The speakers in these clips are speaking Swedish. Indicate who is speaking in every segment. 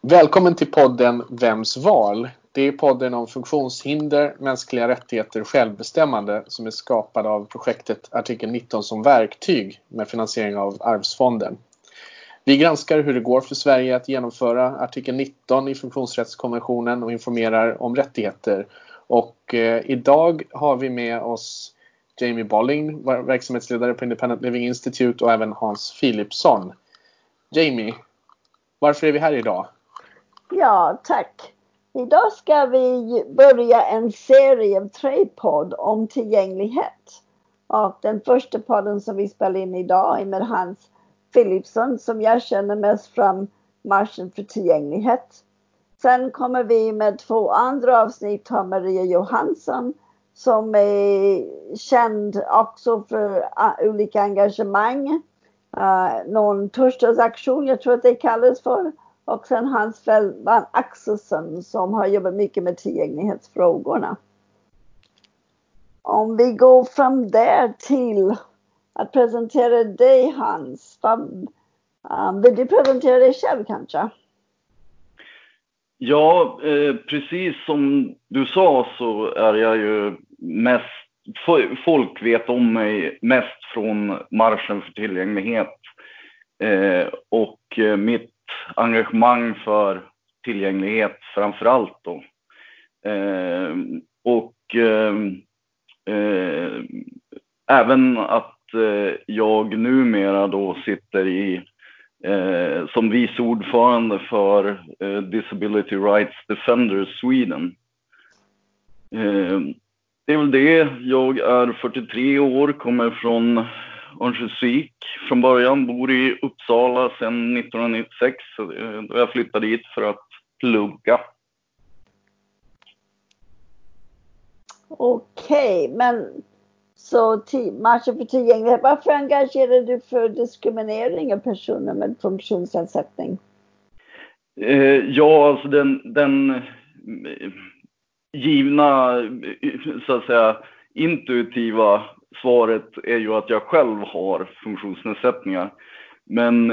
Speaker 1: Välkommen till podden Vems val? Det är podden om funktionshinder, mänskliga rättigheter och självbestämmande som är skapad av projektet Artikel 19 som verktyg med finansiering av Arvsfonden. Vi granskar hur det går för Sverige att genomföra Artikel 19 i funktionsrättskonventionen och informerar om rättigheter. Och idag har vi med oss Jamie Bolling, verksamhetsledare på Independent Living Institute, och även Hans Philipsson. Jamie, varför är vi här idag?
Speaker 2: Ja, tack. Idag ska vi börja en serie av 3 podd om tillgänglighet. Och den första podden som vi spelar in idag är med Hans Philipsson, som jag känner mest från Marschen för tillgänglighet. Sen kommer vi med 2 andra avsnitt av Maria Johansson, som är känd också för olika engagemang. Någon torsdagsaktion, jag tror att det kallas för. Och sen Hans Fällman Axelsson som har jobbat mycket med tillgänglighetsfrågorna. Om vi går från där till att presentera dig, Hans. Vill du presentera dig själv kanske?
Speaker 3: Ja, precis som du sa så är jag ju mest, folk vet om mig mest från Marschen för tillgänglighet. Och mitt engagemang för tillgänglighet framförallt då. Även att jag numera då sitter som vice ordförande för Disability Rights Defenders Sweden. Det är väl det. Jag är 43 år, kommer från Örnsköldsvik från början, bor i Uppsala sedan 1996 då jag flyttade dit för att plugga.
Speaker 2: Okej, men så Marschen för tillgänglighet, varför engagerar du för diskriminering av personer med funktionsnedsättning?
Speaker 3: Ja, alltså den givna, så att säga, intuitiva svaret är ju att jag själv har funktionsnedsättningar. Men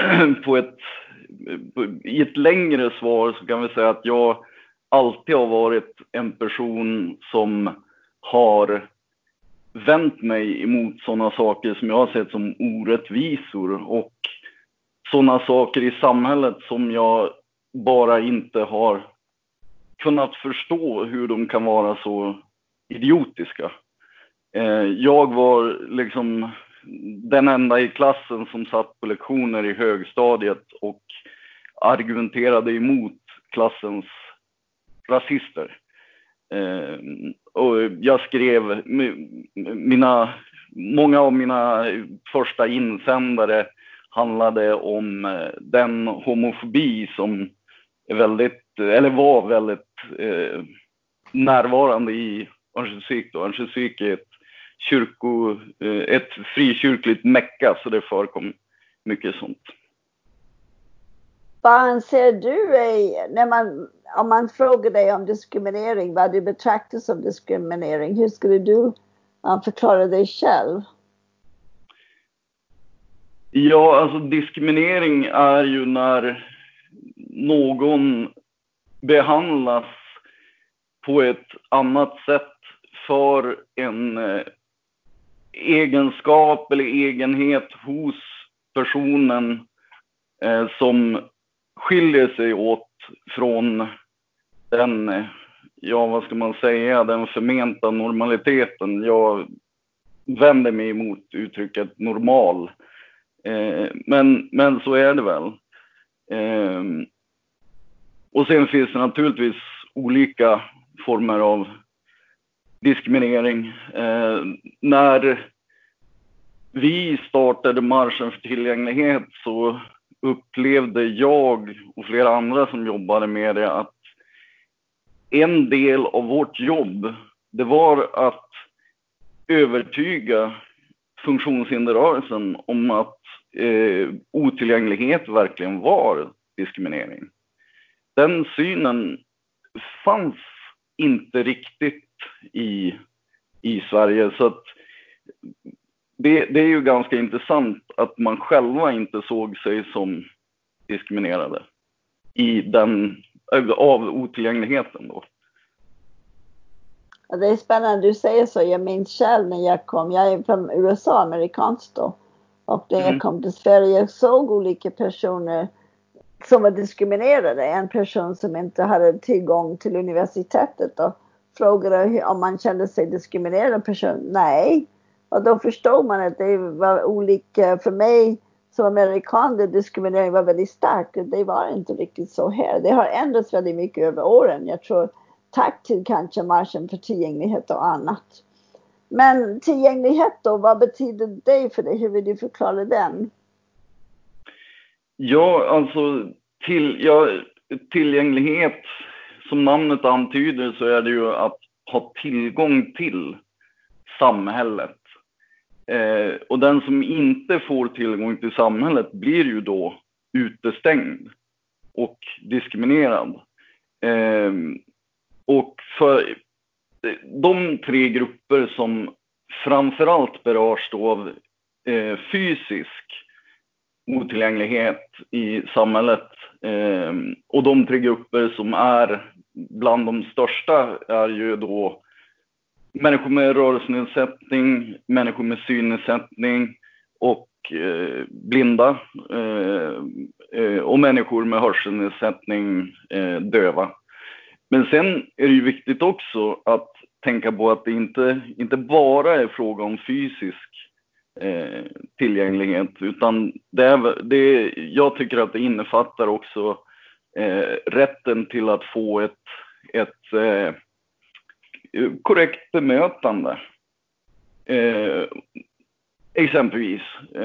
Speaker 3: i ett längre svar så kan vi säga att jag alltid har varit en person som har vänt mig emot sådana saker som jag har sett som orättvisor och sådana saker i samhället som jag bara inte har kunnat förstå hur de kan vara så idiotiska. Jag var liksom den enda i klassen som satt på lektioner i högstadiet och argumenterade emot klassens rasister. Och jag skrev många av mina första insändare handlade om den homofobi som var väldigt närvarande i Örnsköldsvik. Örnsköldsvik är ett frikyrkligt mecka, så det förekom mycket sånt.
Speaker 2: Vad anser du om man frågar dig om diskriminering, vad du betraktar som diskriminering? Hur skulle du förklara dig själv?
Speaker 3: Ja, alltså diskriminering är ju när någon behandlas på ett annat sätt för en egenskap eller egenhet hos personen som skiljer sig åt från den, vad ska man säga, den förmenta normaliteten. Jag vänder mig emot uttrycket normal. Men så är det väl. Och sen finns det naturligtvis olika former av diskriminering. När vi startade Marschen för tillgänglighet så upplevde jag och flera andra som jobbade med det att en del av vårt jobb, det var att övertyga funktionshinderrörelsen om att otillgänglighet verkligen var diskriminering. Den synen fanns inte riktigt i Sverige, så att det är ju ganska intressant att man själva inte såg sig som diskriminerade av otillgängligheten då.
Speaker 2: Ja, det är spännande du säger så. Jag minns själv när jag kom. Jag är från USA, amerikanskt då. Och när jag kom till Sverige jag såg olika personer som var diskriminerade. En person som inte hade tillgång till universitetet och frågade om man kände sig diskriminerad person. Nej. Och då förstod man att det var olika. För mig som amerikan, diskriminering var väldigt stark. Det var inte riktigt så här. Det har ändrats väldigt mycket över åren. Jag tror tack till kanske marschen för tillgänglighet och annat. Men tillgänglighet då, vad betyder det för dig? Hur vill du förklara den?
Speaker 3: Ja, alltså tillgänglighet, som namnet antyder, så är det ju att ha tillgång till samhället. Och den som inte får tillgång till samhället blir ju då utestängd och diskriminerad. Och för de tre grupper som framförallt berörs då av fysisk otillgänglighet i samhället, och de tre grupper som är bland de största är ju då människor med rörelsenedsättning, människor med synnedsättning och blinda, och människor med hörselnedsättning, döva. Men sen är det ju viktigt också att tänka på att det inte bara är fråga om fysisk tillgänglighet, utan jag tycker att det innefattar också rätten till att få ett korrekt bemötande. Exempelvis.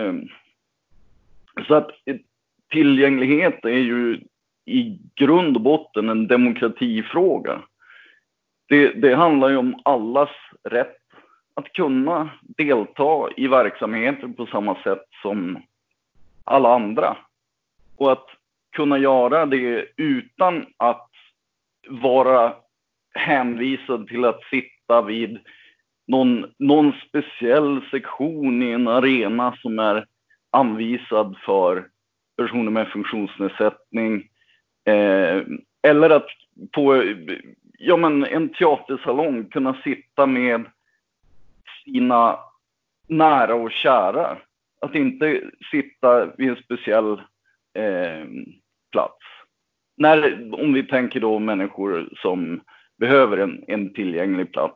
Speaker 3: Så att tillgänglighet är ju i grund och botten en demokratifråga. Det handlar ju om allas rätt att kunna delta i verksamheter på samma sätt som alla andra. Och att kunna göra det utan att vara hänvisad till att sitta vid någon speciell sektion i en arena som är anvisad för personer med funktionsnedsättning. Eller att på en teatersalong kunna sitta med sina nära och kära. Att inte sitta vid en speciell plats. Om vi tänker då människor som behöver en tillgänglig plats.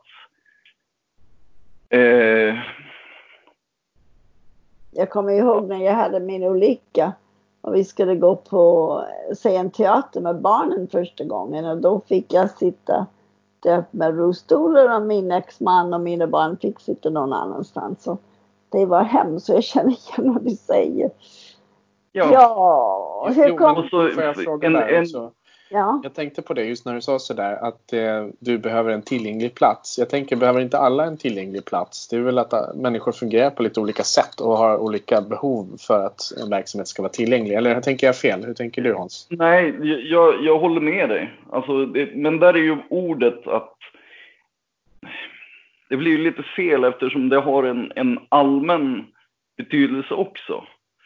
Speaker 2: Jag kommer ihåg när jag hade min olycka och vi skulle gå på se en teater med barnen första gången, och då fick jag sitta där med rullstolar och min exman och mina barn fick sitta någon annanstans. Så det var hemskt, så jag känner igen vad du säger. Ja. Hur kom...
Speaker 1: Får jag fråga där också?
Speaker 2: Ja.
Speaker 1: Jag tänkte på det just när du sa sådär att du behöver en tillgänglig plats. Jag tänker, behöver inte alla en tillgänglig plats? Det är väl att människor fungerar på lite olika sätt och har olika behov för att en verksamhet ska vara tillgänglig. Eller tänker jag fel? Hur tänker du, Hans?
Speaker 3: Nej, jag håller med dig. Alltså, men där är ju ordet att det blir ju lite fel eftersom det har en allmän betydelse också.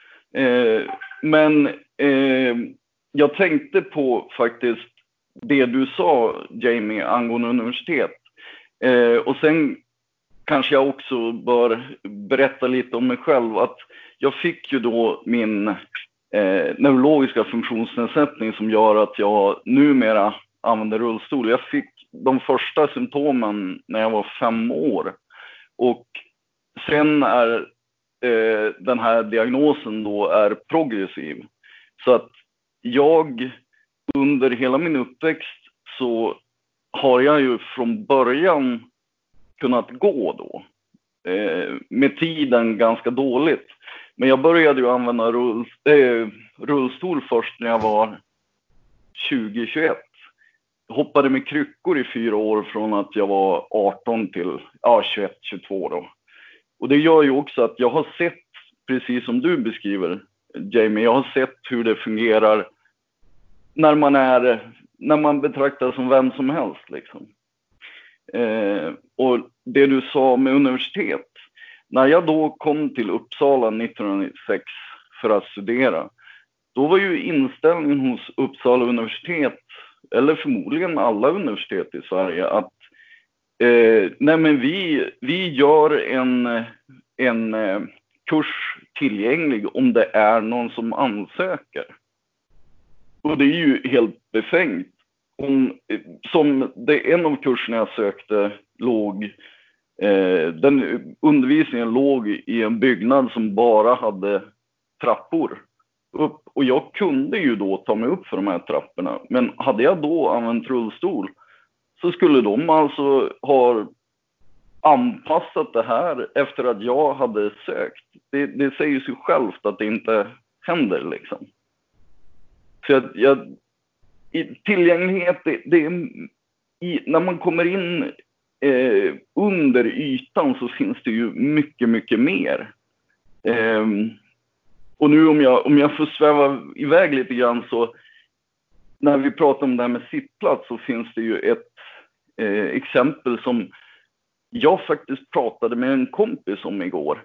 Speaker 3: Men jag tänkte på faktiskt det du sa, Jamie, angående universitet. Och sen kanske jag också bör berätta lite om mig själv. Att jag fick ju då min neurologiska funktionsnedsättning som gör att jag numera använder rullstol. Jag fick de första symptomen när jag var 5 år. Och sen är den här diagnosen då är progressiv. Så att jag under hela min uppväxt så har jag ju från början kunnat gå då. Med tiden ganska dåligt. Men jag började ju använda rullstol först när jag var 20-21. Hoppade med kryckor i 4 år från att jag var 18 till 21-22 då. Och det gör ju också att jag har sett, precis som du beskriver, Jamie, jag har sett hur det fungerar när man betraktas som vem som helst liksom. Och det du sa med universitet, när jag då kom till Uppsala 1996 för att studera, då var ju inställningen hos Uppsala universitet, eller förmodligen alla universitet i Sverige, att nej men vi gör en kurs tillgänglig om det är någon som ansöker. Och det är ju helt befängt. En av kurserna jag sökte den undervisningen låg i en byggnad som bara hade trappor upp. Och jag kunde ju då ta mig upp för de här trapporna. Men hade jag då använt rullstol så skulle de alltså ha anpassat det här efter att jag hade sökt. Det säger sig självt att det inte händer liksom. Så tillgänglighet, när man kommer in under ytan så finns det ju mycket, mycket mer. Och nu om jag får sväva iväg lite grann, så när vi pratar om det här med sittplats så finns det ju ett exempel som jag faktiskt pratade med en kompis om igår.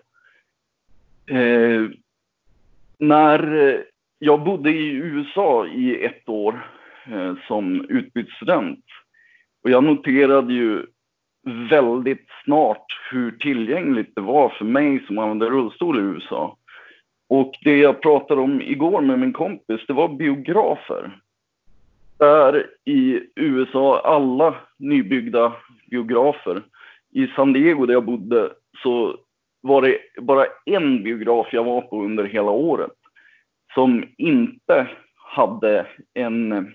Speaker 3: När jag bodde i USA i 1 år som utbytesstudent. Och jag noterade ju väldigt snart hur tillgängligt det var för mig som använde rullstol i USA. Och det jag pratade om igår med min kompis, det var biografer. Där i USA, alla nybyggda biografer. I San Diego där jag bodde så var det bara en biograf jag var på under hela året som inte hade en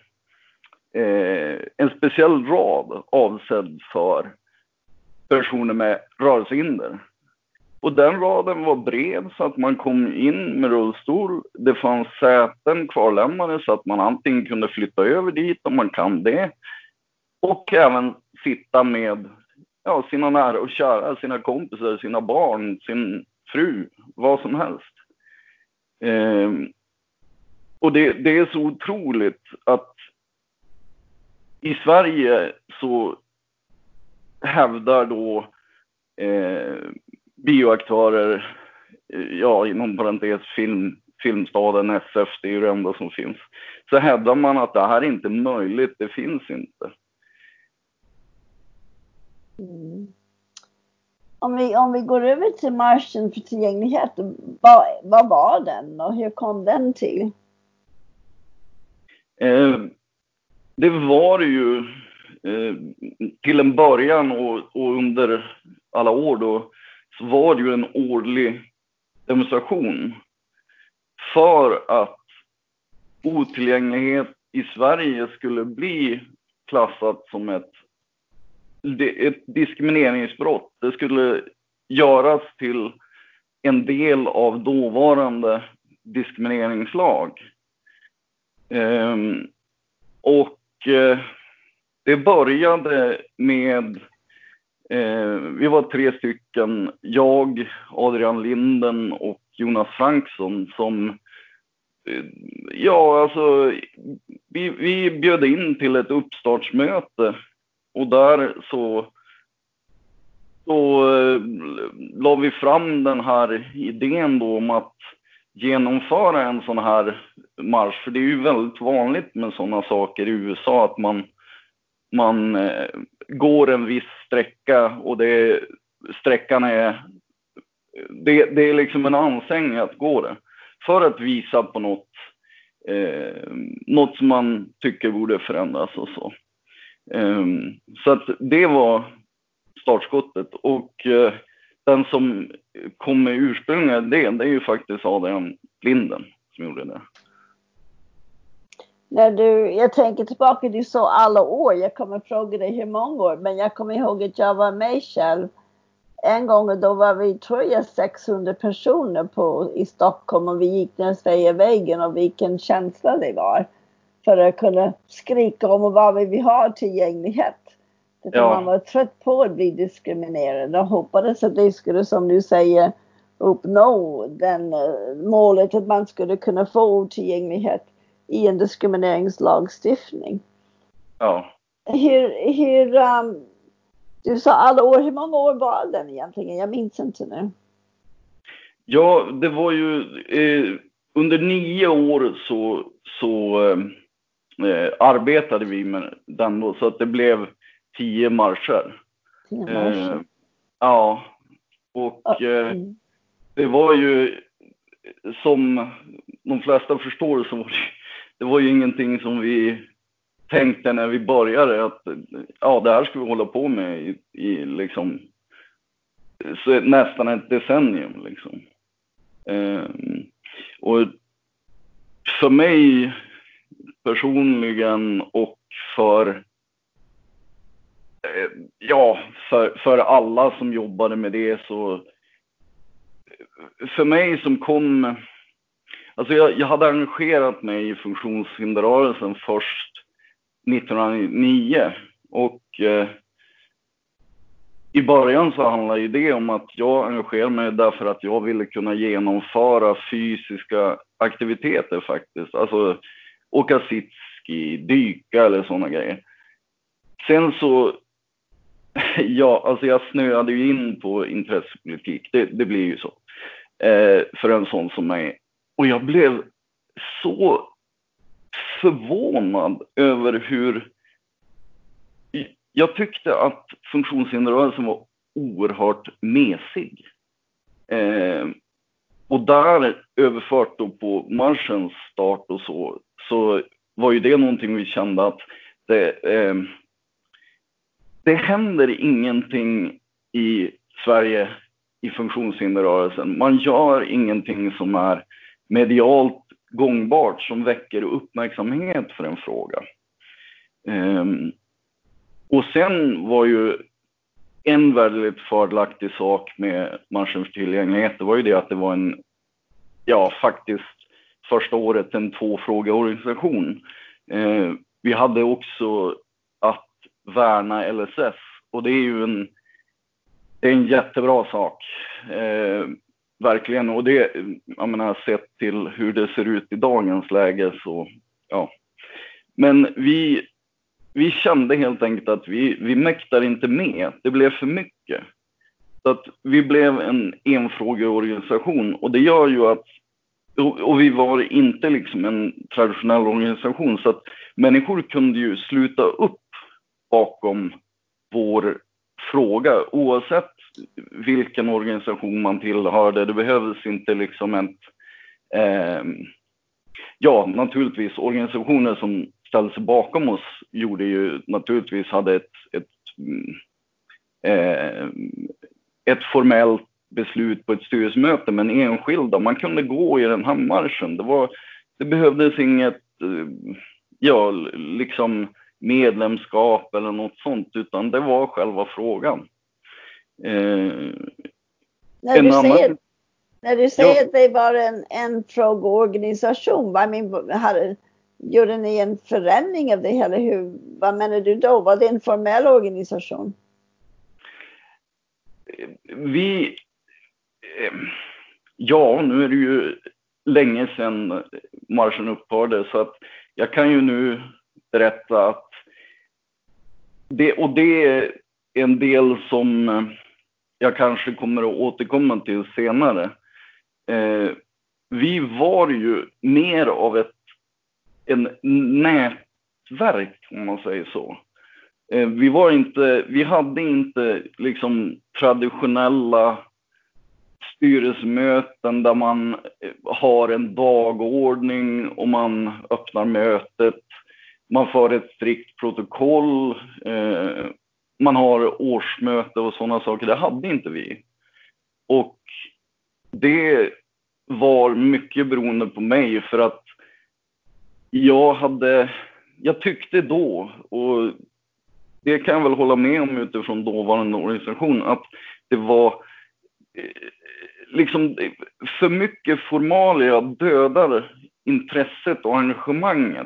Speaker 3: speciell rad avsedd för personer med rörelsehinder. Och den raden var bred så att man kom in med rullstol. Det fanns säten kvarlämnade så att man antingen kunde flytta över dit om man kan det. Och även sitta med sina nära och kära, sina kompisar, sina barn, sin fru, vad som helst. Och det är så otroligt att i Sverige så hävdar då bioaktörer, inom parentes Filmstaden, SF, det är ju det enda som finns. Så hävdar man att det här är inte möjligt, det finns inte.
Speaker 2: Mm. Om vi går över till marschen för tillgänglighet, vad var den och hur kom den till?
Speaker 3: Det var ju till en början och under alla år då, så var det ju en årlig demonstration för att otillgänglighet i Sverige skulle bli klassat som ett diskrimineringsbrott. Det skulle göras till en del av dåvarande diskrimineringslag. Det började med, vi var 3 stycken, jag, Adrian Linden och Jonas Franksson som, vi bjöd in till ett uppstartsmöte och där så la vi fram den här idén då om att genomföra en sån här marsch. För det är ju väldigt vanligt med sådana saker i USA att man går en viss sträcka och sträckan är liksom en ansträngning att gå det. För att visa på något som man tycker borde förändras och så. Så att det var startskottet. Och den som kom med ursprungligen det är ju faktiskt Adrian Linden som gjorde det.
Speaker 2: Jag tänker tillbaka, du sa alla år. Jag kommer fråga dig hur många år. Men jag kommer ihåg att jag var med själv. En gång och då var vi, tror jag, 600 personer i Stockholm. Och vi gick ner Sveavägen och vilken känsla det var. För att kunna skrika om vad vi vill ha tillgänglighet. Man var trött på att bli diskriminerad. Och hoppades att det skulle, som du säger, uppnå den målet att man skulle kunna få tillgänglighet i en diskrimineringslagstiftning.
Speaker 3: Ja.
Speaker 2: Du sa alla år, hur många år var den egentligen? Jag minns inte nu.
Speaker 3: Ja, det var ju under 9 år så arbetade vi med den då, så att det blev 10 marscher.
Speaker 2: 10 marscher.
Speaker 3: Ja, och det var ju, som de flesta förstår, så det var ju ingenting som vi tänkte när vi började att ja, det här ska vi hålla på med i liksom så nästan ett decennium liksom. Och för mig personligen och för för alla som jobbade med det, så för mig som kom, alltså jag hade engagerat mig i funktionshinderrörelsen först 1909 och i början så handlade det om att jag engagerade mig därför att jag ville kunna genomföra fysiska aktiviteter faktiskt. Alltså åka sitski, dyka eller sådana grejer. Sen så, alltså jag snöade ju in på intressepolitik. Det blir ju så. För en sån som mig. Och jag blev så förvånad över hur jag tyckte att funktionshinderrörelsen var oerhört mesig. Och där överfört då på marschens start och så var ju det någonting vi kände att det händer ingenting i Sverige i funktionshinderrörelsen. Man gör ingenting som är medialt gångbart, som väcker uppmärksamhet för en fråga. Och sen var ju en väldigt fördelaktig sak med marschens tillgänglighet, det var ju det att det var faktiskt första året en 2-frågeorganisation. Vi hade också att värna LSS, och det är ju en jättebra sak. Verkligen, och det, jag menar, sett till hur det ser ut i dagens läge så, ja. Men vi kände helt enkelt att vi mäktar inte med. Det blev för mycket. Så att vi blev en enfrågeorganisation, och det gör ju att, och vi var inte liksom en traditionell organisation, så att människor kunde ju sluta upp bakom vår fråga oavsett vilken organisation man tillhörde. Det behövdes inte liksom naturligtvis organisationer som ställde sig bakom oss gjorde ju naturligtvis, hade ett formellt beslut på ett styrelsemöte, men enskilda, man kunde gå i den här marschen. Det behövdes inget liksom medlemskap eller något sånt, utan det var själva frågan.
Speaker 2: När du säger att det var en frågeorganisation, gjorde ni en förändring av det hela? Vad menar du då? Var det en formell organisation?
Speaker 3: Nu är det ju länge sedan marschen upphörde, så att jag kan ju nu berätta att det är en del som jag kanske kommer att återkomma till senare. Vi var ju mer av en nätverk, om man säger så. Vi hade inte liksom traditionella styrelsemöten där man har en dagordning och man öppnar mötet. Man för ett strikt protokoll. Man har årsmöte och sådana saker. Det hade inte vi. Och det var mycket beroende på mig, för att jag tyckte då, och det kan jag väl hålla med om utifrån dåvarande organisation, att det var liksom för mycket formalia dödar intresset och engagemanget.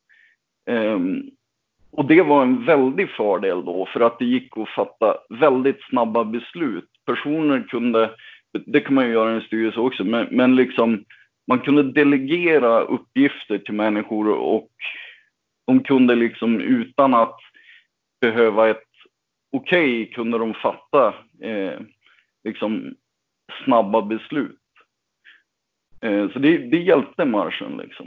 Speaker 3: Och det var en väldig fördel då, för att det gick att fatta väldigt snabba beslut. Personer kunde, det kan man ju göra i en styrelse också, men liksom man kunde delegera uppgifter till människor, och de kunde liksom utan att behöva ett okej kunde de fatta liksom snabba beslut. Så det hjälpte marschen liksom.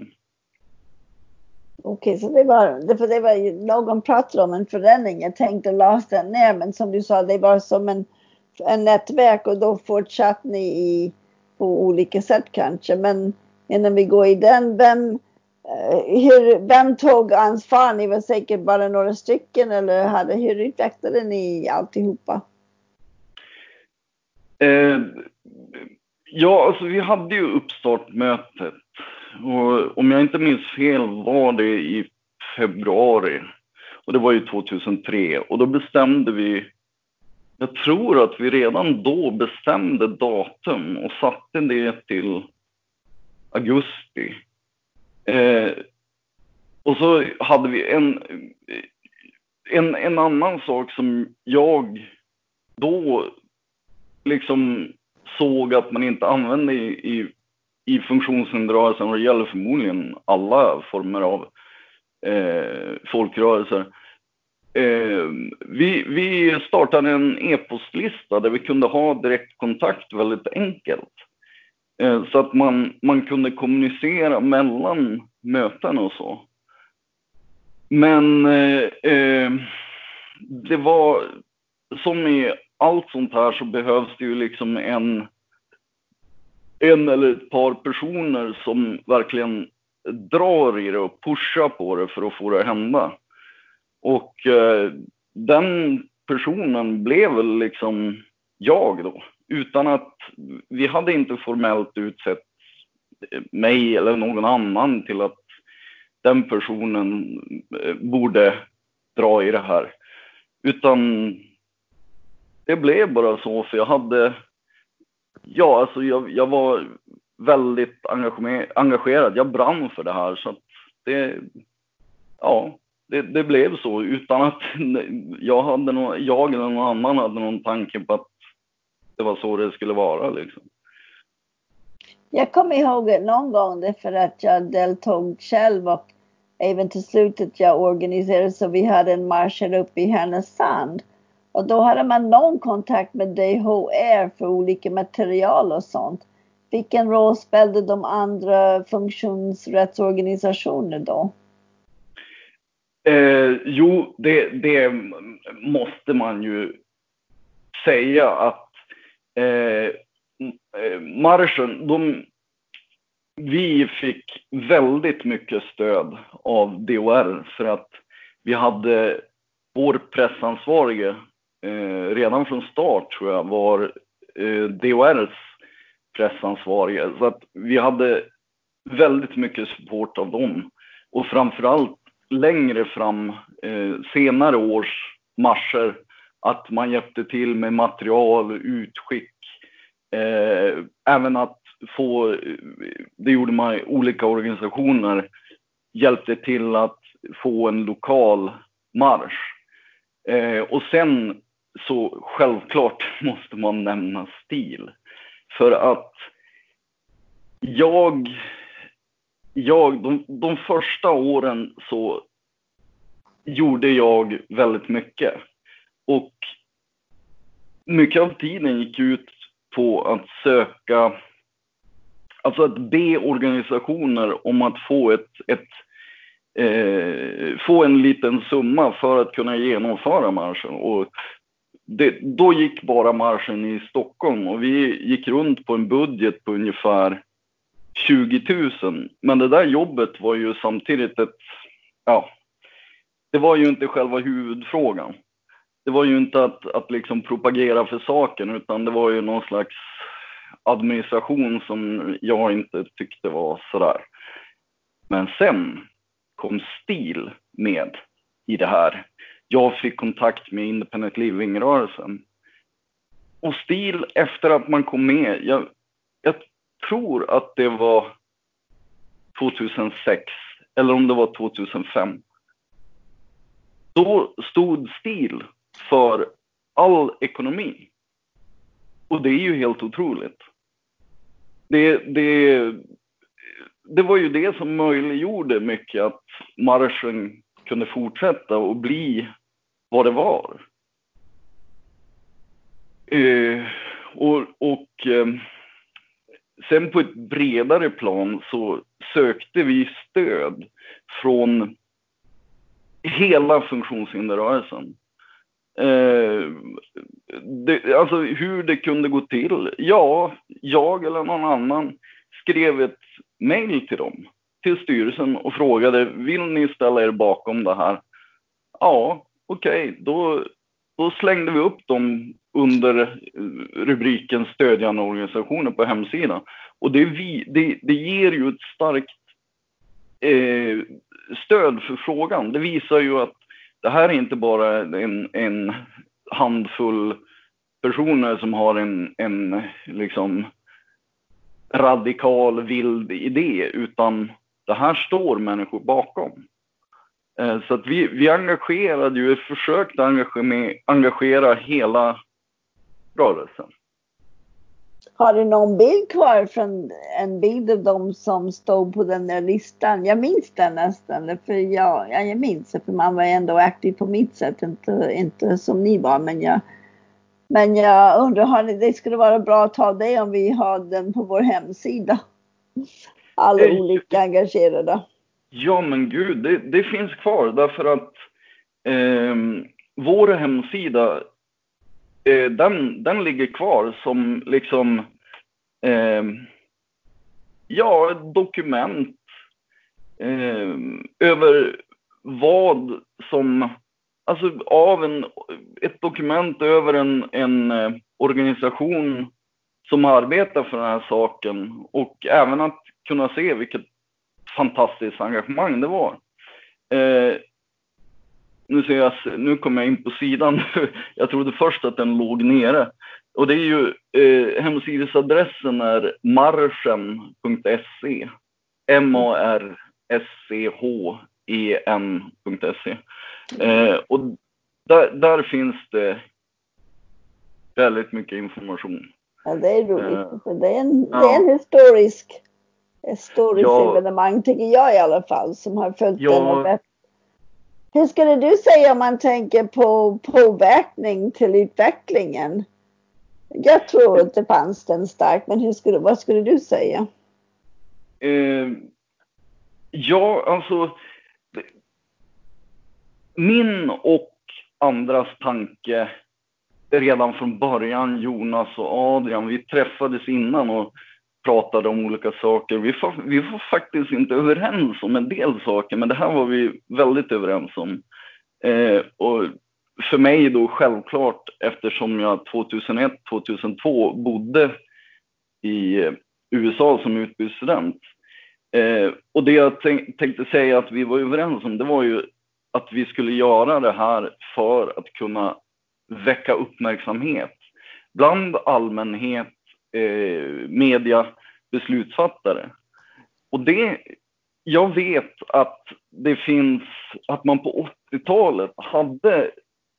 Speaker 2: Okej, så det var ju, någon pratade om en förändring. Jag tänkte lades den ner, men som du sa, det var som en nätverk och då fortsatte ni på olika sätt kanske. Men innan vi går i den, vem tog ansvar? Ni var säkert bara några stycken, eller hur utvecklade ni alltihopa?
Speaker 3: Ja, alltså vi hade ju uppstartmötet. Och om jag inte minns fel var det i februari. Och det var ju 2003. Och då bestämde vi, jag tror att vi redan då bestämde datum och satte det till augusti. Och så hade vi en annan sak som jag då liksom såg att man inte använde i funktionshinderrörelsen, och det gäller förmodligen alla former av folkrörelser. Vi startade en e-postlista där vi kunde ha direktkontakt väldigt enkelt. Så att man kunde kommunicera mellan möten och så. Men det var, som i allt sånt här, så behövs det ju liksom en eller ett par personer som verkligen drar i det och pushar på det för att få det att hända. Och den personen blev väl liksom jag då. Utan att vi hade inte formellt utsett mig eller någon annan till att den personen borde dra i det här. Utan det blev bara så, för jag hade, ja alltså jag var väldigt engagerad. Jag brann för det här, så att det blev så utan att jag eller någon annan hade någon tanke på att det var så det skulle vara liksom.
Speaker 2: Jag kommer ihåg någon gång det för att jag deltog själv och även till slutet jag organiserade, så vi hade en marsch här uppe i Härnösand. Och då hade man någon kontakt med DHR för olika material och sånt. Vilken roll spelade de andra funktionsrättsorganisationer då?
Speaker 3: Jo, det måste man ju säga att marschen, vi fick väldigt mycket stöd av DHR, för att vi hade vår pressansvarige redan från start, tror jag, var DHRs pressansvarige. Så att vi hade väldigt mycket support av dem. Och framförallt längre fram, senare års marscher, att man hjälpte till med material, utskick. Även att det gjorde man, olika organisationer hjälpte till att få en lokal marsch. Och sen så självklart måste man nämna STIL. För att de första åren så gjorde jag väldigt mycket. Och mycket av tiden gick ut på att söka, alltså att be organisationer om att få en liten summa för att kunna genomföra marschen. Och då gick bara marschen i Stockholm, och vi gick runt på en budget på ungefär 20 000. Men det där jobbet var ju samtidigt det var ju inte själva huvudfrågan. Det var ju inte att liksom propagera för saken, utan det var ju någon slags administration som jag inte tyckte var sådär. Men sen kom STIL med i det här. Jag fick kontakt med Independent Living-rörelsen. Och STIL, efter att man kom med, jag tror att det var 2006 eller om det var 2005. Då stod STIL för all ekonomi. Och det är ju helt otroligt. Det var ju det som möjliggjorde mycket att marschen kunde fortsätta och bli vad det var. sen på ett bredare plan så sökte vi stöd från hela funktionshinderrörelsen. Alltså hur det kunde gå till. Ja, jag eller någon annan skrev ett mejl till dem, till styrelsen, och frågade: vill ni ställa er bakom det här? Ja, okej. Då slängde vi upp dem under rubriken stödjande organisationer på hemsidan. Och det ger ju ett starkt stöd för frågan. Det visar ju att det här är inte bara en handfull personer som har en liksom radikal, vild idé, utan det här står människor bakom. Så att vi engagerade ju, försökte engagera hela rörelsen.
Speaker 2: Har du någon bild kvar från en bild av dem som stod på den där listan? Jag minns den nästan, för jag minns det, för man var ändå aktiv på mitt sätt, inte som ni var, men jag undrar, det skulle vara bra att ta det om vi har den på vår hemsida. Alla olika engagerade.
Speaker 3: Ja men gud, det finns kvar, därför att vår hemsida, den ligger kvar som liksom dokument över vad som, alltså av ett dokument över en organisation som arbetar för den här saken, och även att kunna se vilket fantastiskt engagemang det var. Nu kommer jag in på sidan. Jag trodde först att den låg nere. Och det är ju, hemsidesadressen är marschen.se. marschen.se. Och där finns det väldigt mycket information.
Speaker 2: Ja, det är roligt. Det är en historisk evenemang, tycker jag i alla fall, som har följt den. Hur skulle du säga om man tänker på påverkning till utvecklingen? Jag tror att det fanns den starkt, men vad skulle du säga?
Speaker 3: Alltså min och andras tanke redan från början, Jonas och Adrian, vi träffades innan och pratade om olika saker. Vi var faktiskt inte överens om en del saker, men det här var vi väldigt överens om. Och för mig då självklart, eftersom jag 2001-2002 bodde i USA som utbytesstudent. Och det jag tänkte säga att vi var överens om, det var ju att vi skulle göra det här för att kunna väcka uppmärksamhet bland allmänhet, media, beslutsfattare. Och jag vet att det finns, att man på 80-talet hade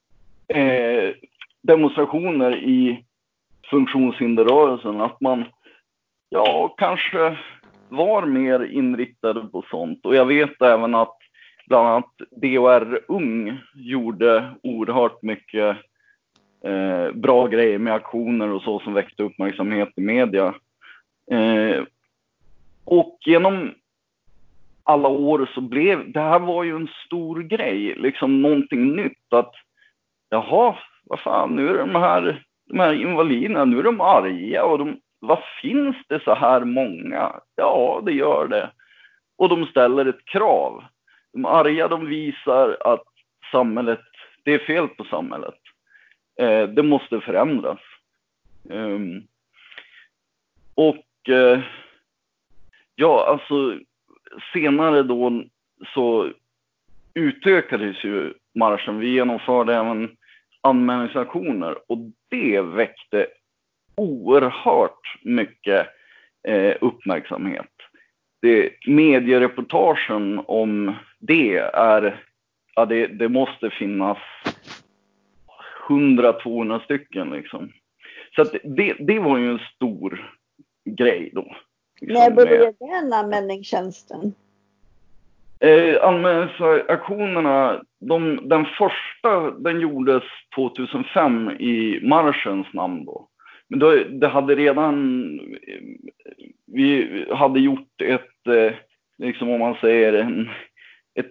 Speaker 3: demonstrationer i funktionshinderrörelsen, att man kanske var mer inriktade på sånt. Och jag vet även att bland annat DHR Ung gjorde oerhört mycket bra grejer med aktioner och så som väckte uppmärksamhet i media. Och genom alla år så blev det här, var ju en stor grej, liksom någonting nytt, att vad fan, nu är de här invaliderna, nu är de arga, och vad finns det så här många? Ja, det gör det. Och de ställer ett krav. De arga, de visar att samhället, det är fel på samhället. Det måste förändras. Alltså senare då så utökades ju marschen. Vi genomförde även anmälningsaktioner, och det väckte oerhört mycket uppmärksamhet. Mediereportagen om det måste finnas 100-200 stycken liksom. Så att det var ju en stor grej då. Liksom,
Speaker 2: när började den anmälningstjänsten?
Speaker 3: Anmälningsaktionerna, den första, den gjordes 2005 i marschens namn då. Men då, det hade redan, vi hade gjort ett, liksom om man säger ett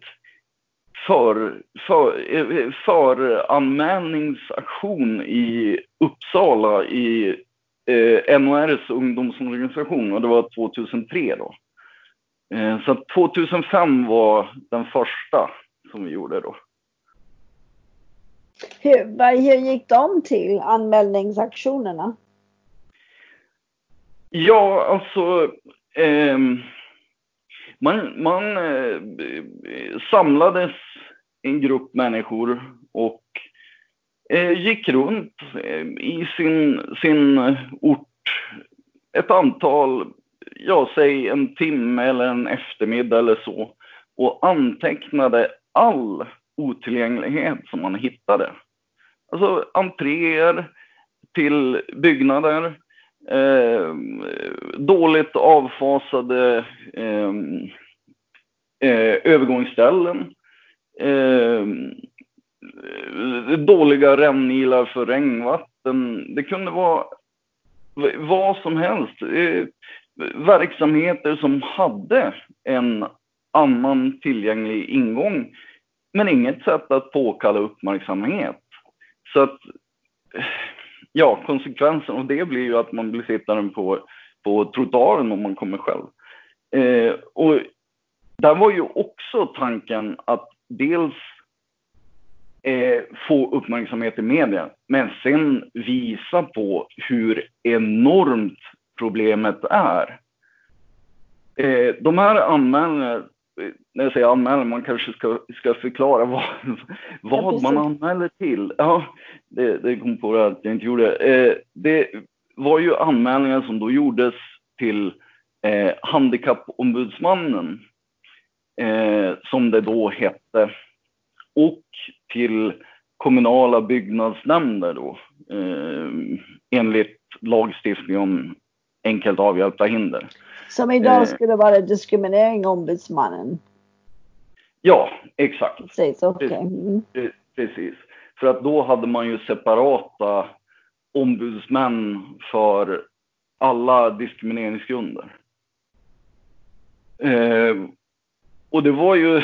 Speaker 3: föranmälningsaktion i Uppsala i NHRs ungdomsorganisation, och det var 2003 då. Så 2005 var den första som vi gjorde då.
Speaker 2: Hur gick de till, anmälningsaktionerna?
Speaker 3: Ja, alltså man samlades en grupp människor och gick runt i sin ort ett antal, säg en timme eller en eftermiddag eller så, och antecknade all otillgänglighet som man hittade. Alltså entréer till byggnader, dåligt avfasade övergångsställen, dåliga rännilar för regnvatten. Det kunde vara vad som helst. Verksamheter som hade en annan tillgänglig ingång, men inget sätt att påkalla uppmärksamhet. Så att, konsekvensen av det blir ju att man blir sittande på trottoaren om man kommer själv. Och där var ju också tanken att dels få uppmärksamhet i media, men sen visa på hur enormt problemet är. De här anmälningarna, när jag säger anmälan, man kanske ska förklara vad man anmäler till. Ja, det kom på att jag inte gjorde. Det var ju anmälningar som då gjordes till handikappombudsmannen, som det då hette, och till kommunala byggnadsnämnder då, enligt lagstiftning om enkelt avhjälpta hinder.
Speaker 2: Som idag skulle vara diskrimineringsombudsmannen.
Speaker 3: Ja, exakt.
Speaker 2: Precis, okay.
Speaker 3: Precis. För att då hade man ju separata ombudsmän för alla diskrimineringsgrunder. Och det var ju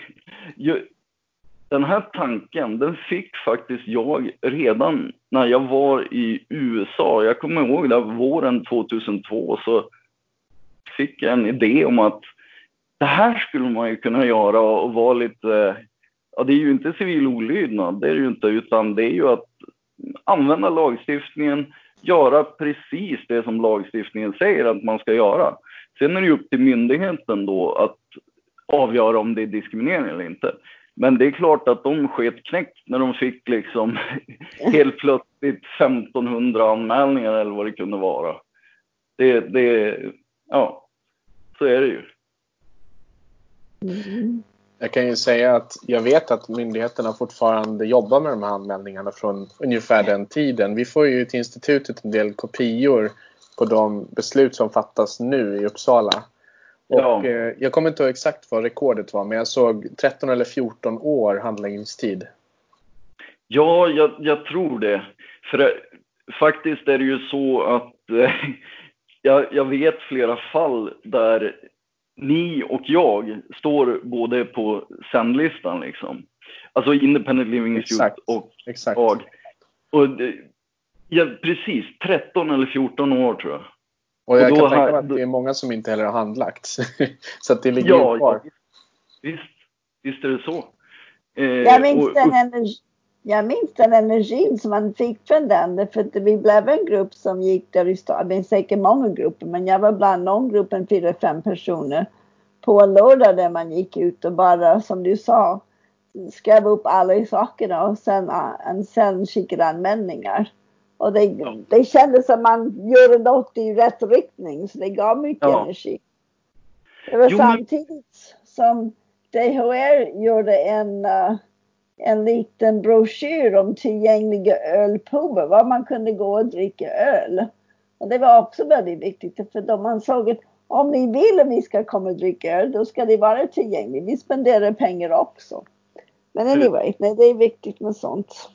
Speaker 3: den här tanken, den fick faktiskt jag redan när jag var i USA. Jag kommer ihåg där våren 2002, så fick jag en idé om att det här skulle man ju kunna göra och vara lite, det är ju inte civil olydnad, det är ju inte, utan det är ju att använda lagstiftningen, göra precis det som lagstiftningen säger att man ska göra. Sen är det ju upp till myndigheten då att avgöra om det är diskriminering eller inte. Men det är klart att de sket knäckt när de fick liksom helt plötsligt 1500 anmälningar eller vad det kunde vara. Så är det ju.
Speaker 1: Jag kan ju säga att jag vet att myndigheterna fortfarande jobbar med de här anmälningarna från ungefär den tiden. Vi får ju till institutet en del kopior på de beslut som fattas nu i Uppsala. Och jag kommer inte ihåg exakt vad rekordet var, men jag såg 13 eller 14 år handläggningstid.
Speaker 3: Ja, jag tror det. För faktiskt är det ju så att jag vet flera fall där ni och jag står både på sändlistan liksom. Alltså Independent Living Institute och jag. Och precis, 13 eller 14 år tror jag.
Speaker 1: Och jag kan tänka mig att det är många som inte heller har handlagt. Så att det ligger ju kvar.
Speaker 3: Visst är det så.
Speaker 2: Jag minns den energin som man fick från den. För att vi blev en grupp som gick där i stan. Det är säkert många grupper, men jag var bland någon gruppen 4-5 personer. På en lördag där man gick ut och bara, som du sa, skrev upp alla sakerna och sen skickade anmälningar. Och det kändes som man gjorde något i rätt riktning. Så det gav mycket energi. Det var samtidigt som DHR gjorde en liten broschyr om tillgängliga ölpubar. Var man kunde gå och dricka öl. Och det var också väldigt viktigt. För då man såg att om ni vill att vi ska komma och dricka öl, då ska det vara tillgängligt. Vi spenderar pengar också. Men anyway, det är viktigt med sånt.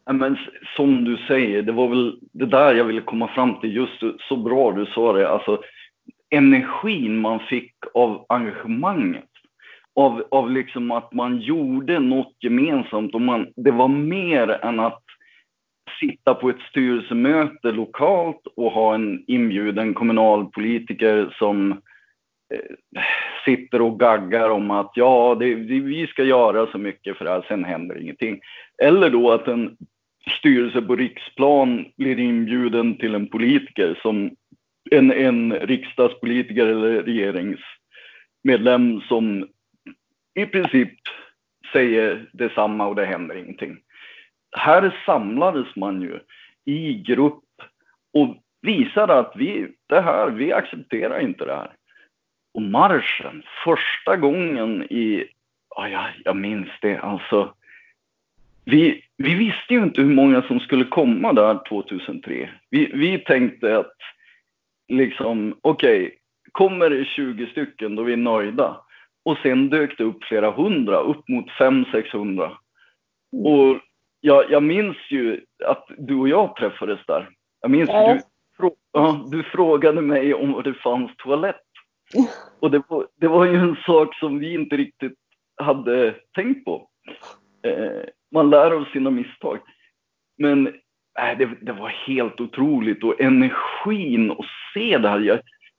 Speaker 3: Men som du säger, det var väl det där jag ville komma fram till. Just så bra du sa det. Alltså energin man fick av engagemanget. Av liksom att man gjorde något gemensamt. Och det var mer än att sitta på ett styrelsemöte lokalt och ha en inbjuden kommunalpolitiker som sitter och gaggar om att vi ska göra så mycket för det här, sen händer ingenting. Eller då att en styrelse på riksplan blir inbjuden till en politiker som en riksdagspolitiker eller regeringsmedlem som i princip säger detsamma och det händer ingenting. Här samlades man ju i grupp och visade att vi accepterar inte det här. Och marschen, första gången jag minns det, alltså vi visste ju inte hur många som skulle komma där 2003. Vi tänkte att liksom, okej, kommer det 20 stycken då vi är nöjda. Och sen dök det upp flera hundra, upp mot 500-600. Och jag minns ju att du och jag träffades där. Jag minns du frågade mig om det fanns toalett. Och det var ju en sak som vi inte riktigt hade tänkt på. Man lär av sina misstag. Men det var helt otroligt. Och energin att se det här.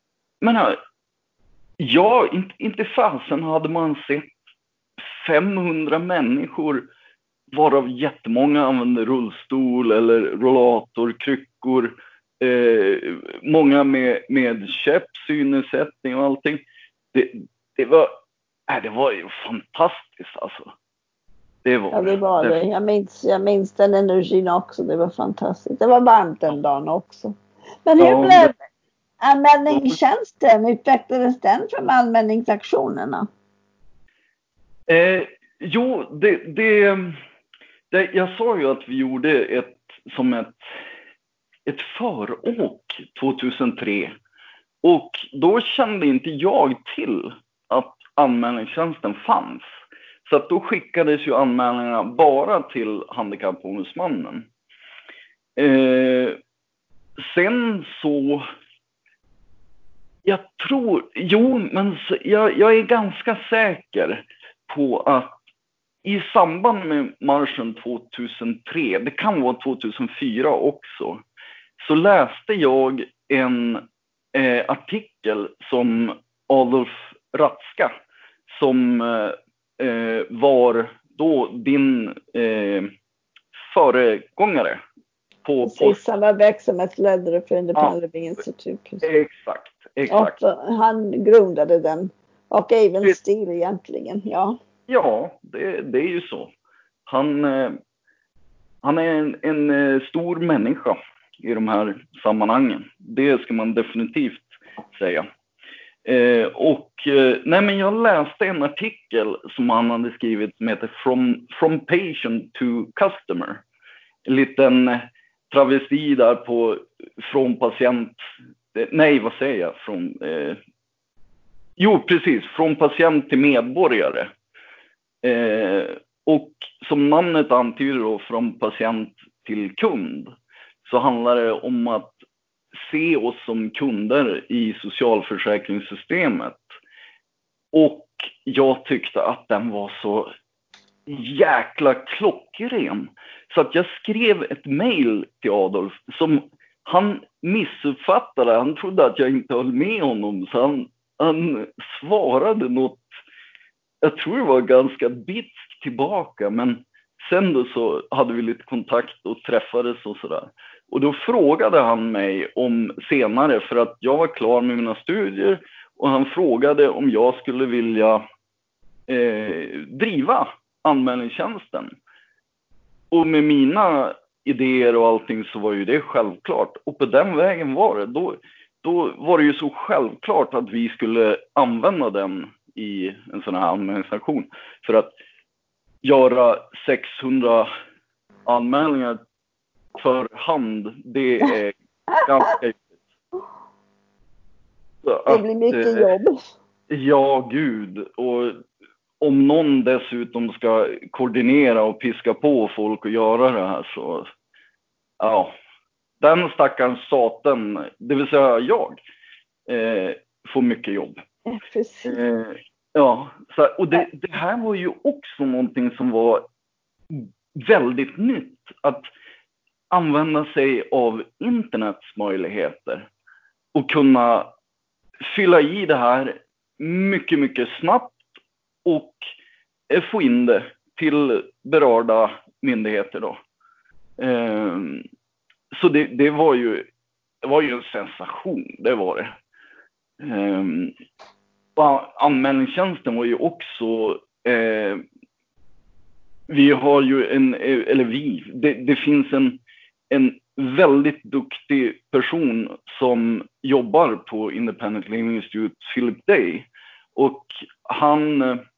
Speaker 3: Inte fasen hade man sett 500 människor, varav jättemånga använde rullstol eller rollator, kryckor. Många med käpp, synnedsättning och allting. Det var ju fantastiskt alltså. Det var
Speaker 2: det. Jag minns den energin också. Det var fantastiskt. Det var varmt den dagen också. Men hur blev anmälningstjänsten? Utvecklades den från anmälningsaktionerna?
Speaker 3: Jag sa ju att vi gjorde ett föråk 2003. Och då kände inte jag till att anmälningstjänsten fanns. Så att då skickades ju anmälningarna bara till handikappombudsmannen. Sen så... Jag är ganska säker på att i samband med marschen 2003, det kan vara 2004 också, så läste jag en artikel som Adolf Ratzka, som var då din föregångare.
Speaker 2: Precis, han var verksamhetsledare för Independent Institute.
Speaker 3: Exakt.
Speaker 2: Och han grundade den. Och även stil egentligen, ja.
Speaker 3: Ja, det är ju så. Han är en stor människa i de här sammanhangen. Det ska man definitivt säga. Men jag läste en artikel som han hade skrivit som heter From Patient to Customer. En liten travesti där på från patient... Nej, vad säger jag? Från patient till medborgare. Och som namnet antyder då, från patient till kund, så handlar det om att se oss som kunder i socialförsäkringssystemet. Och jag tyckte att den var så jäkla klockren. Så att jag skrev ett mejl till Adolf som han missuppfattade. Han trodde att jag inte höll med honom. Så han svarade något, jag tror det var ganska bitsk tillbaka. Men sen då så hade vi lite kontakt och träffades och sådär. Och då frågade han mig om senare, för att jag var klar med mina studier. Och han frågade om jag skulle vilja driva anmälningstjänsten. Och med mina idéer och allting så var ju det självklart. Och på den vägen var det. Då var det ju så självklart att vi skulle använda den i en sån här anmälningsaktion. För att göra 600 anmälningar för hand, det är ganska jobbigt.
Speaker 2: Det blir mycket jobb.
Speaker 3: Ja, gud. om någon dessutom ska koordinera och piska på folk och göra det här, så ja, den stackaren saten, det vill säga jag, får mycket jobb.
Speaker 2: Ja, precis.
Speaker 3: Ja, så, och det här var ju också någonting som var väldigt nytt, att använda sig av internets möjligheter och kunna fylla i det här mycket, mycket snabbt och få in det till berörda myndigheter då. Så det var ju en sensation, det var det. Anmälningstjänsten var ju också vi har ju det finns en väldigt duktig person som jobbar på Independent Living Institute, Philip Day, och han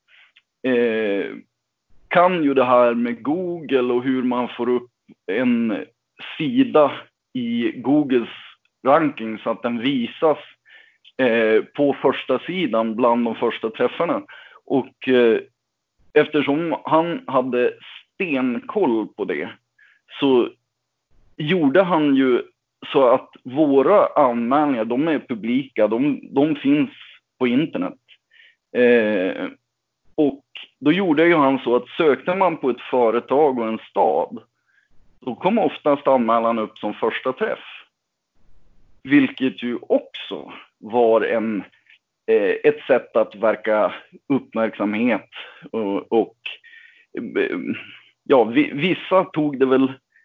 Speaker 3: kan ju det här med Google och hur man får upp en sida i Googles ranking så att den visas på första sidan bland de första träffarna. Och eftersom han hade stenkoll på det, så gjorde han ju så att våra anmälningar, de är publika, de finns på internet. Och då gjorde ju han så att sökte man på ett företag och en stad, då kom oftast anmälan upp som första träff. Vilket ju också var ett sätt att verka uppmärksamhet. Och ja, vissa tog det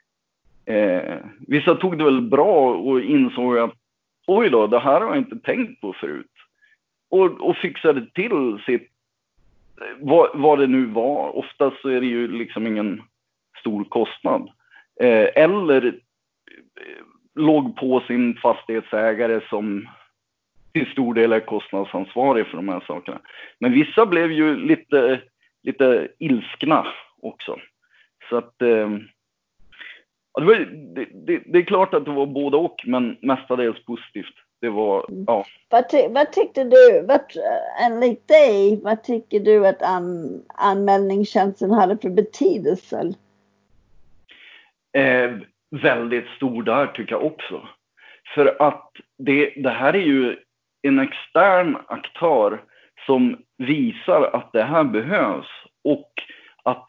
Speaker 3: väl bra och insåg att oj då, det här har jag inte tänkt på förut. Och fixade till sitt, vad det nu var. Oftast så är det ju liksom ingen stor kostnad. Eller låg på sin fastighetsägare som till stor del är kostnadsansvarig för de här sakerna. Men vissa blev ju lite ilskna också. Så att det är klart att det var både och, men mestadels positivt. Det var, ja.
Speaker 2: Vad tyckte du, enligt dig, vad tycker du att anmälningstjänsten hade för betydelse?
Speaker 3: Väldigt stor där tycker jag också. För att det här är ju en extern aktör som visar att det här behövs, och att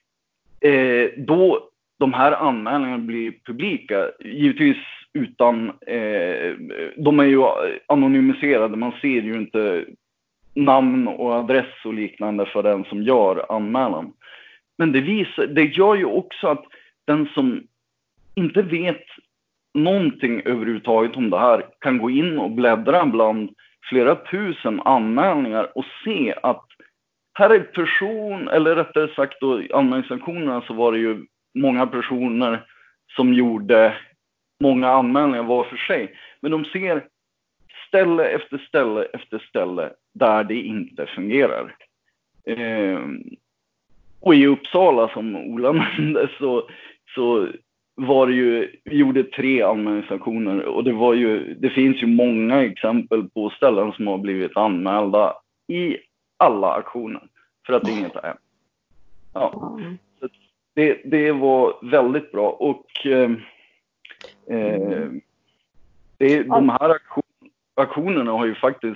Speaker 3: då de här anmälningarna blir publika, givetvis utan, de är ju anonymiserade, man ser ju inte namn och adress och liknande för den som gör anmälan. Men det gör ju också att den som inte vet någonting överhuvudtaget om det här kan gå in och bläddra bland flera tusen anmälningar och se att här är person, eller rättare sagt då anmälningsaktionerna, så var det ju många personer som gjorde många anmälningar var för sig. Men de ser ställe efter ställe efter ställe där det inte fungerar. Och i Uppsala, som Ola nämnde, så var det ju, vi gjorde 3 anmälningsaktioner, och det finns ju många exempel på ställen som har blivit anmälda i alla aktioner för att inget är. Ja. Så det var väldigt bra, och de här aktionerna har ju faktiskt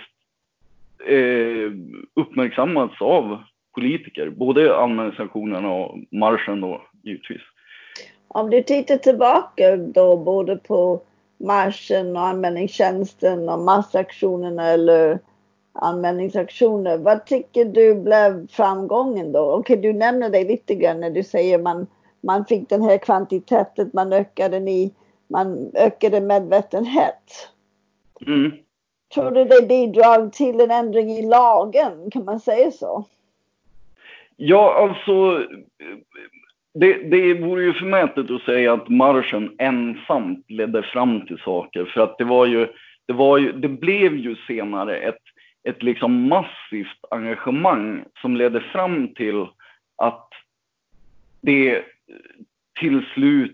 Speaker 3: uppmärksammats av politiker, både anmälningsaktionerna och marschen då, givetvis.
Speaker 2: Om du tittar tillbaka då både på marschen och anmälningstjänsten och massaktionerna eller anmälningsaktioner, vad tycker du blev framgången då? Okej, du nämner det lite grann när du säger man fick den här kvantiteten, man ökade medvetenhet.
Speaker 3: Mm.
Speaker 2: Tror du det bidrar till en ändring i lagen, kan man säga så?
Speaker 3: Ja, alltså det vore ju förmätet att säga att marschen ensamt ledde fram till saker, för att det blev ju senare ett liksom massivt engagemang som ledde fram till att det till slut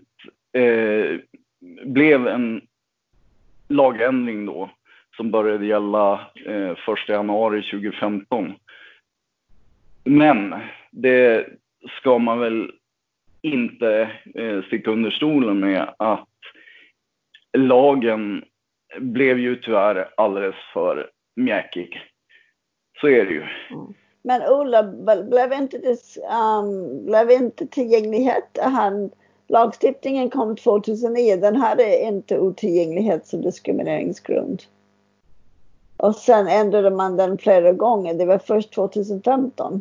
Speaker 3: blev en lagändring då som började gälla 1 januari 2015. Men det ska man väl inte sticka under stolen med att lagen blev ju tyvärr alldeles för mjäkig. Så är det ju.
Speaker 2: Men Ola, blev inte tillgänglighet, lagstiftningen kom 2009, den hade inte otillgänglighet som diskrimineringsgrund. Och sen ändrade man den flera gånger, det var först 2015.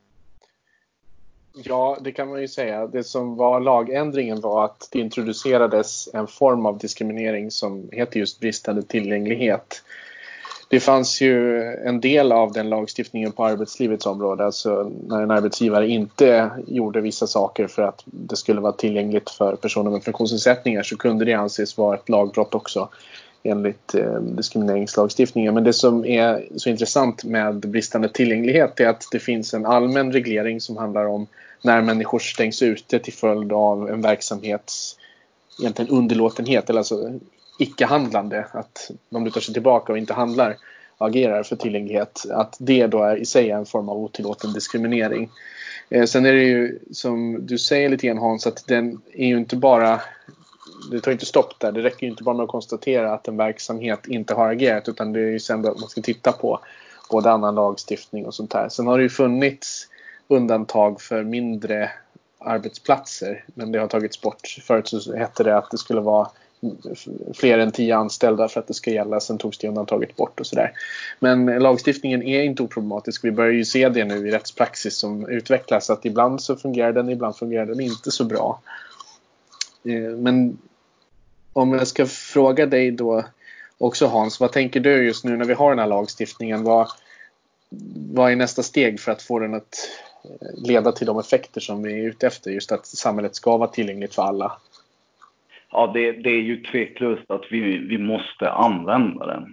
Speaker 1: Ja, det kan man ju säga. Det som var lagändringen var att det introducerades en form av diskriminering som heter just bristande tillgänglighet. Det fanns ju en del av den lagstiftningen på arbetslivets område, alltså när en arbetsgivare inte gjorde vissa saker för att det skulle vara tillgängligt för personer med funktionsnedsättningar, så kunde det anses vara ett lagbrott också enligt diskrimineringslagstiftningen. Men det som är så intressant med bristande tillgänglighet är att det finns en allmän reglering som handlar om när människor stängs ute till följd av en verksamhets egentligen underlåtenhet, eller alltså icke-handlande, att de lutar sig tillbaka och inte handlar och agerar för tillgänglighet, att det då är i sig en form av otillåten diskriminering. Sen är det ju, som du säger lite grann Hans, att den är ju inte bara, det tar inte stopp där, det räcker ju inte bara med att konstatera att en verksamhet inte har agerat, utan det är ju sen att man ska titta på både annan lagstiftning och sånt här. Sen har det ju funnits undantag för mindre arbetsplatser, men det har tagits bort. Förut så hette det att det skulle vara fler än 10 anställda för att det ska gälla, sen togs det undantaget bort och sådär. Men lagstiftningen är inte oproblematisk. Vi börjar ju se det nu i rättspraxis som utvecklas, att ibland så fungerar den, ibland fungerar den inte så bra. Men om jag ska fråga dig då också Hans, vad tänker du just nu när vi har den här lagstiftningen? Vad är nästa steg för att få den att leda till de effekter som vi är ute efter, just att samhället ska vara tillgängligt för alla?
Speaker 3: Ja, det är ju tveklöst att vi måste använda den.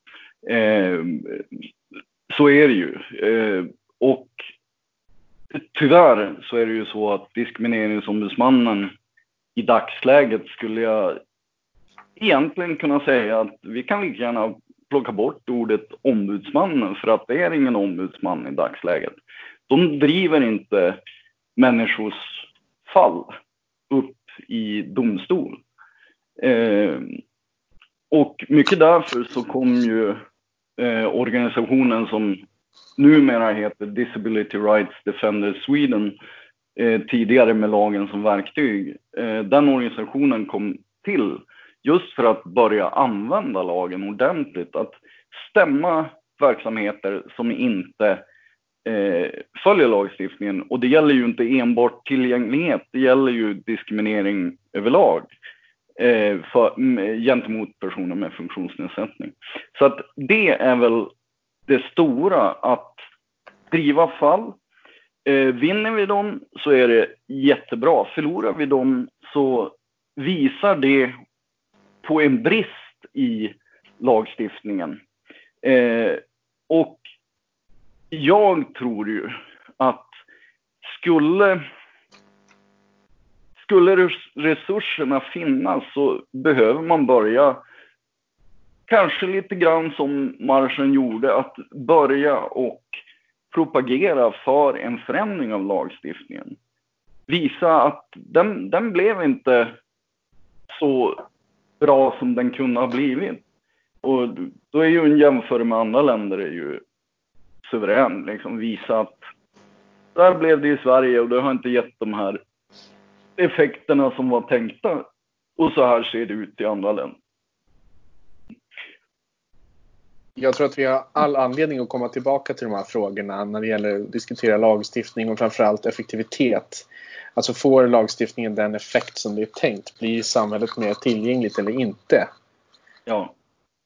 Speaker 3: Så är det ju. Och tyvärr så är det ju så att diskrimineringsombudsmannen i dagsläget, skulle jag egentligen kunna säga att vi kan lika gärna plocka bort ordet ombudsmannen, för att det är ingen ombudsman i dagsläget. De driver inte människors fall upp i domstol. Och mycket därför så kom ju organisationen som numera heter Disability Rights Defenders Sweden, tidigare med lagen som verktyg. Den organisationen kom till just för att börja använda lagen ordentligt, att stämma verksamheter som inte följer lagstiftningen. Och det gäller ju inte enbart tillgänglighet, det gäller ju diskriminering överlag gentemot personer med funktionsnedsättning. Så att det är väl det stora, att driva fall. Vinner vi dem så är det jättebra. Förlorar vi dem så visar det på en brist i lagstiftningen. Och jag tror ju att skulle resurserna finnas så behöver man börja kanske lite grann som marschen gjorde, att börja och propagera för en förändring av lagstiftningen. Visa att den blev inte så bra som den kunde ha blivit. Och då är ju en jämförelse med andra länder är ju suverän. Liksom visa att där blev det i Sverige och det har inte gett de här effekterna som var tänkta. Och så här ser det ut i andra länder.
Speaker 1: Jag tror att vi har all anledning att komma tillbaka till de här frågorna när det gäller att diskutera lagstiftning och framförallt effektivitet. Alltså, får lagstiftningen den effekt som det är tänkt? Blir samhället mer tillgängligt eller inte?
Speaker 3: Ja.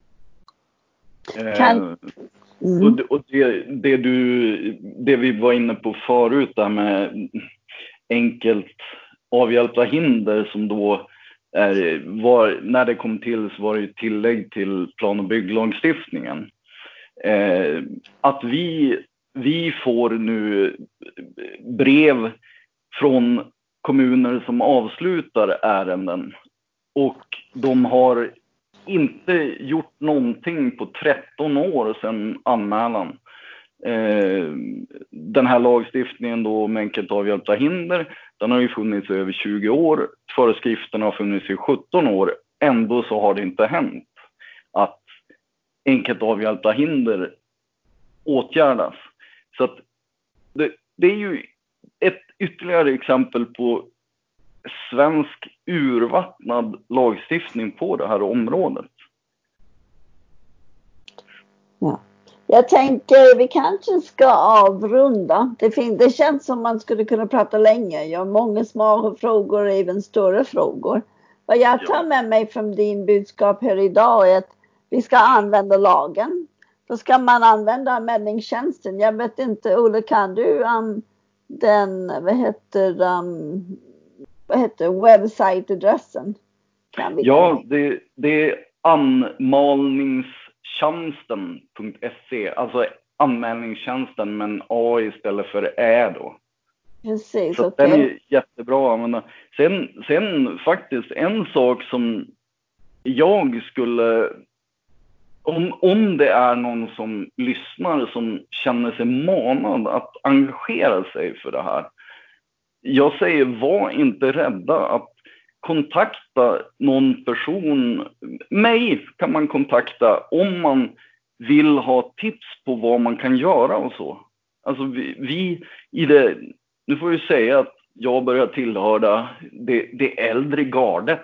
Speaker 3: Och det vi var inne på förut där med enkelt avhjälpta hinder, som då var, när det kom till så var det ju tillägg till plan- och bygglagstiftningen. Att vi får nu brev från kommuner som avslutar ärenden och de har inte gjort någonting på 13 år sedan anmälan. Den här lagstiftningen då med enkelt avhjälpta hinder, den har ju funnits i över 20 år. Föreskrifterna har funnits i 17 år. Ändå så har det inte hänt att enkelt avhjälpta hinder åtgärdas. Så att det är ju ett ytterligare exempel på svensk urvattnad lagstiftning på det här området.
Speaker 2: Ja. Jag tänker vi kanske ska avrunda. Det känns som man skulle kunna prata länge. Jag har många små frågor och även större frågor. Vad jag tar med mig från din budskap här idag är att vi ska använda lagen. Då ska man använda anmälningstjänsten. Jag vet inte, Olle, kan du den, vad heter webbsiteadressen?
Speaker 3: Ja, det är anmalningstjänsten.se, alltså anmälningstjänsten men A istället för Ä då.
Speaker 2: Precis,
Speaker 3: så
Speaker 2: okay.
Speaker 3: Den är jättebra att använda. Sen faktiskt en sak som jag skulle, om det är någon som lyssnar som känner sig manad att engagera sig för det här. Jag säger, var inte rädda att kontakta någon person. Mig kan man kontakta om man vill ha tips på vad man kan göra och så. Alltså vi i det, nu får jag säga att jag börjar tillhöra det äldre gardet.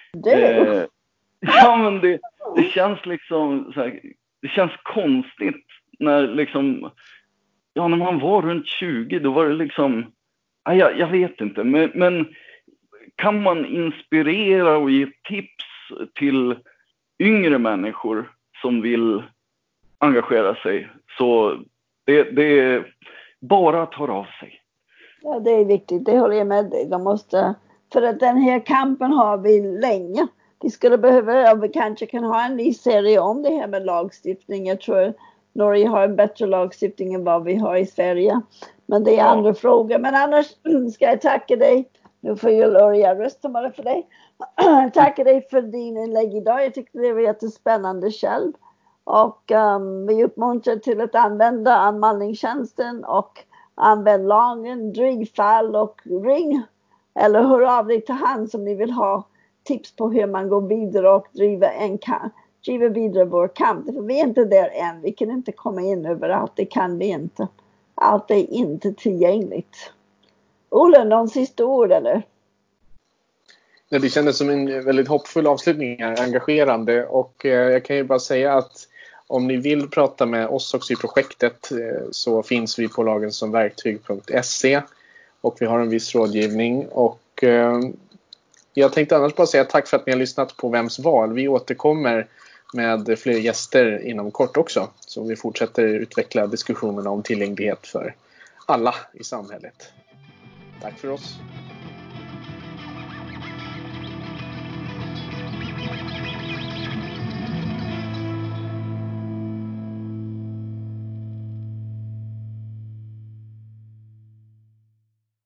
Speaker 3: Ja, men det känns liksom så här, det känns konstigt när liksom, ja, när man var runt 20 då var det liksom, jag vet inte, men kan man inspirera och ge tips till yngre människor som vill engagera sig, så det är bara att höra av sig.
Speaker 2: Ja, det är viktigt, det håller jag med dig. För att den här kampen har vi länge. Vi skulle behöva, vi kanske kan ha en ny serie om det här med lagstiftning. Jag tror Norge har en bättre lagstiftning än vad vi har i Sverige. Men det är andra frågor. Men annars ska jag tacka dig. Nu får jag rösta bara för dig. Tacka dig för din inlägg idag. Jag tyckte det var jättespännande själv. Och vi uppmuntrar till att använda anmälningstjänsten och använd lagen, driv fall och ring. Eller hör av dig till han som ni vill ha tips på hur man går vidare och driver vidare vår kamp. För vi är inte där än. Vi kan inte komma in överallt. Det kan vi inte. Allt är inte tillgängligt. Olle, någon sista ord eller?
Speaker 1: Det kändes som en väldigt hoppfull avslutning här, engagerande. Och jag kan ju bara säga att om ni vill prata med oss också i projektet så finns vi på lagensomverktyg.se och vi har en viss rådgivning. Och jag tänkte annars bara säga tack för att ni har lyssnat på Vems val. Vi återkommer med fler gäster inom kort också. Så vi fortsätter utveckla diskussionerna om tillgänglighet för alla i samhället. Tack för oss.